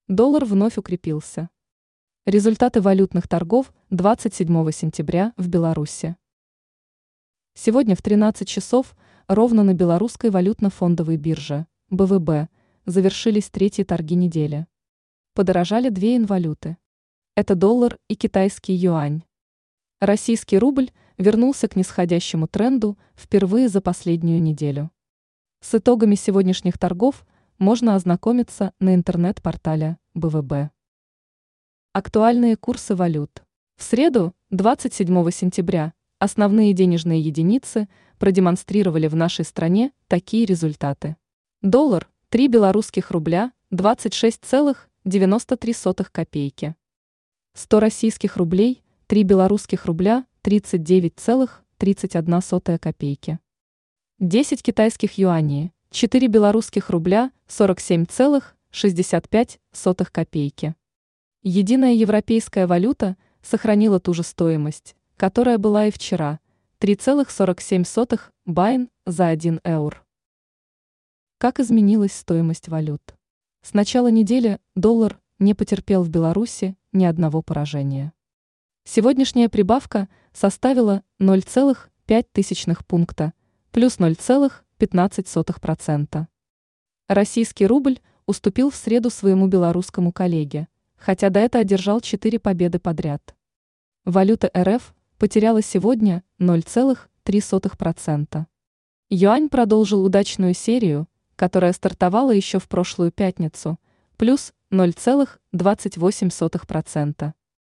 Доллар вновь укрепился. Результаты валютных торгов 27 сентября в Беларуси. Сегодня в 13 часов ровно на белорусской валютно-фондовой бирже БВБ завершились третьи торги недели. Подорожали две инвалюты. Это доллар и китайский юань. Российский рубль вернулся к нисходящему тренду впервые за последнюю неделю. С итогами сегодняшних торгов можно ознакомиться на интернет-портале БВБ. Актуальные курсы валют. В среду, 27 сентября, основные денежные единицы продемонстрировали в нашей стране такие результаты. Доллар – 3 белорусских рубля 26,93 копейки. 100 российских рублей – 3 белорусских рубля 39,31 копейки. 10 китайских юаней – 4 белорусских рубля 47,65 копейки. Единая европейская валюта сохранила ту же стоимость, которая была и вчера – 3,47 байн за 1 евро. Как изменилась стоимость валют? С начала недели доллар не потерпел в Беларуси ни одного поражения. Сегодняшняя прибавка составила 0,05 пункта, плюс 0,15%. Российский рубль уступил в среду своему белорусскому коллеге, хотя до этого одержал 4 победы подряд. Валюта РФ потеряла сегодня 0,3%. Юань продолжил удачную серию, которая стартовала еще в прошлую пятницу, плюс 0,28%.